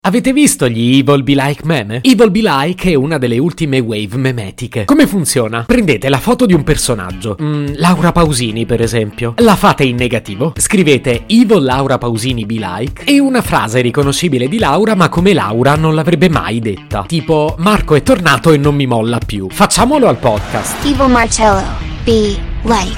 Avete visto gli Evil Be Like meme? Evil Be Like è una delle ultime wave memetiche. Come funziona? Prendete la foto di un personaggio, Laura Pausini per esempio, la fate in negativo, scrivete Evil Laura Pausini Be Like e una frase riconoscibile di Laura ma come Laura non l'avrebbe mai detta. Tipo, Marco è tornato e non mi molla più. Facciamolo al podcast. Evil Marcello Be Like.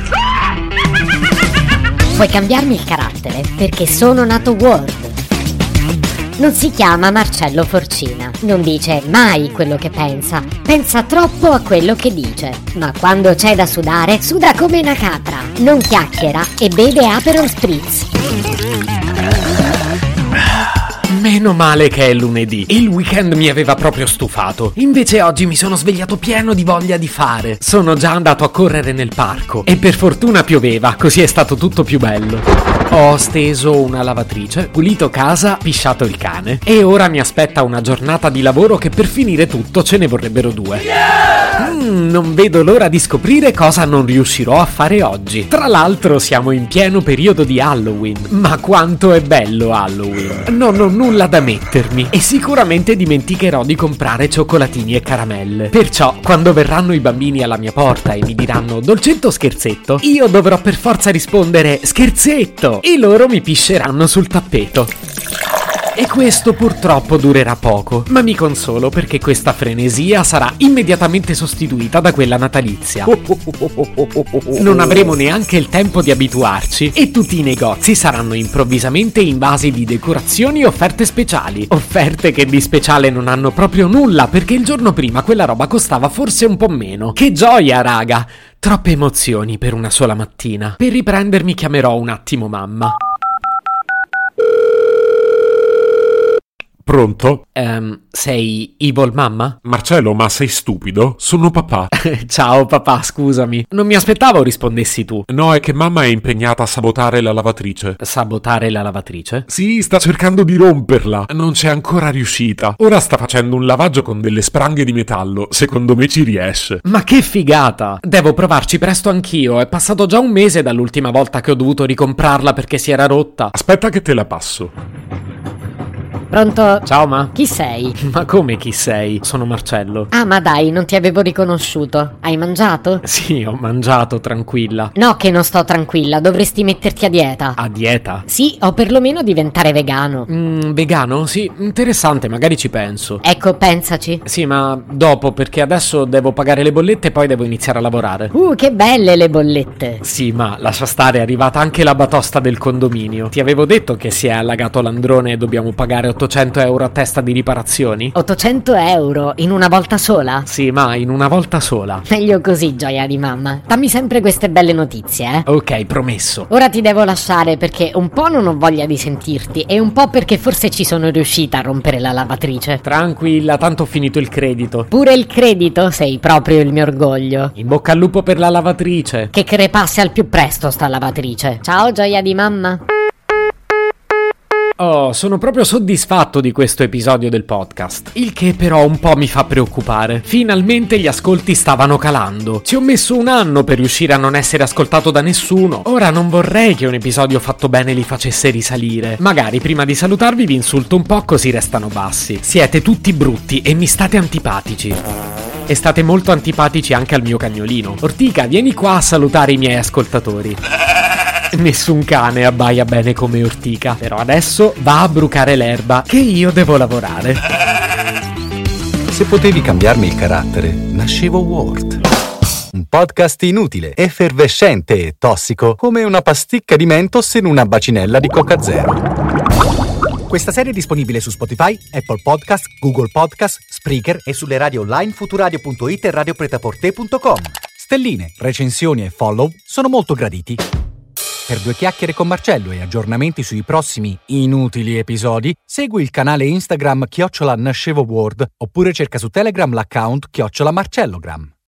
Puoi cambiarmi il carattere perché sono nato Word. Non si chiama Marcello Forcina, non dice mai quello che pensa, pensa troppo a quello che dice, ma quando c'è da sudare, suda come una capra, non chiacchiera e beve Aperol Spritz. Meno male che è lunedì. Il weekend mi aveva proprio stufato. Invece oggi mi sono svegliato pieno di voglia di fare. Sono già andato a correre nel parco e per fortuna pioveva, così è stato tutto più bello. Ho steso una lavatrice, pulito casa, pisciato il cane e ora mi aspetta una giornata di lavoro che per finire tutto ce ne vorrebbero 2. Non vedo l'ora di scoprire cosa non riuscirò a fare oggi. Tra l'altro siamo in pieno periodo di Halloween. Ma quanto è bello Halloween. Non ho nulla da mettermi e sicuramente dimenticherò di comprare cioccolatini e caramelle. Perciò quando verranno i bambini alla mia porta e mi diranno dolcetto o scherzetto, io dovrò per forza rispondere scherzetto e loro mi pisceranno sul tappeto. E questo purtroppo durerà poco, ma mi consolo perché questa frenesia sarà immediatamente sostituita da quella natalizia. Non avremo neanche il tempo di abituarci e tutti i negozi saranno improvvisamente invasi di decorazioni e offerte speciali. Offerte che di speciale non hanno proprio nulla perché il giorno prima quella roba costava forse un po' meno. Che gioia, raga! Troppe emozioni per una sola mattina. Per riprendermi chiamerò un attimo mamma. Pronto? Sei Evil mamma? Marcello, ma sei stupido? Sono papà. Ciao papà, scusami. Non mi aspettavo rispondessi tu. No, è che mamma è impegnata a sabotare la lavatrice. Sabotare la lavatrice? Sì, sta cercando di romperla. Non c'è ancora riuscita. Ora sta facendo un lavaggio con delle spranghe di metallo. Secondo me ci riesce. Ma che figata! Devo provarci presto anch'io. È passato già un mese dall'ultima volta che ho dovuto ricomprarla perché si era rotta. Aspetta che te la passo. Pronto? Ciao ma. Chi sei? Ma come chi sei? Sono Marcello. Ah, ma dai, non ti avevo riconosciuto. Hai mangiato? Sì, ho mangiato, tranquilla. No, che non sto tranquilla, dovresti metterti a dieta. A dieta? Sì, o perlomeno diventare vegano. Vegano? Sì, interessante, magari ci penso. Ecco, pensaci. Sì, ma dopo, perché adesso devo pagare le bollette e poi devo iniziare a lavorare. Che belle le bollette. Sì, ma lascia stare, è arrivata anche la batosta del condominio. Ti avevo detto che si è allagato l'androne e dobbiamo pagare 800 euro a testa di riparazioni? 800 euro in una volta sola? Sì, ma in una volta sola. Meglio così, gioia di mamma. Dammi sempre queste belle notizie, eh? Ok, promesso. Ora ti devo lasciare perché un po' non ho voglia di sentirti e un po' perché forse ci sono riuscita a rompere la lavatrice. Tranquilla, tanto ho finito il credito. Pure il credito? Sei proprio il mio orgoglio. In bocca al lupo per la lavatrice. Che crepasse al più presto sta lavatrice. Ciao, gioia di mamma. Oh, sono proprio soddisfatto di questo episodio del podcast. Il che però un po' mi fa preoccupare. Finalmente gli ascolti stavano calando. Ci ho messo un anno per riuscire a non essere ascoltato da nessuno. Ora non vorrei che un episodio fatto bene li facesse risalire. Magari prima di salutarvi vi insulto un po' così restano bassi. Siete tutti brutti e mi state antipatici. E state molto antipatici anche al mio cagnolino. Ortica, vieni qua a salutare i miei ascoltatori. Nessun cane abbaia bene come Ortica. Però adesso va a brucare l'erba che io devo lavorare. Se potevi cambiarmi il carattere, nascevo Word. Un podcast inutile, effervescente e tossico, come una pasticca di Mentos in una bacinella di Coca Zero. Questa serie è disponibile su Spotify, Apple Podcast, Google Podcast, Spreaker e sulle radio online futuradio.it e radiopretaporte.com. Stelline, recensioni e follow sono molto graditi. Per 2 chiacchiere con Marcello e aggiornamenti sui prossimi inutili episodi, segui il canale Instagram @NascevoWord oppure cerca su Telegram l'account @MarcelloGram.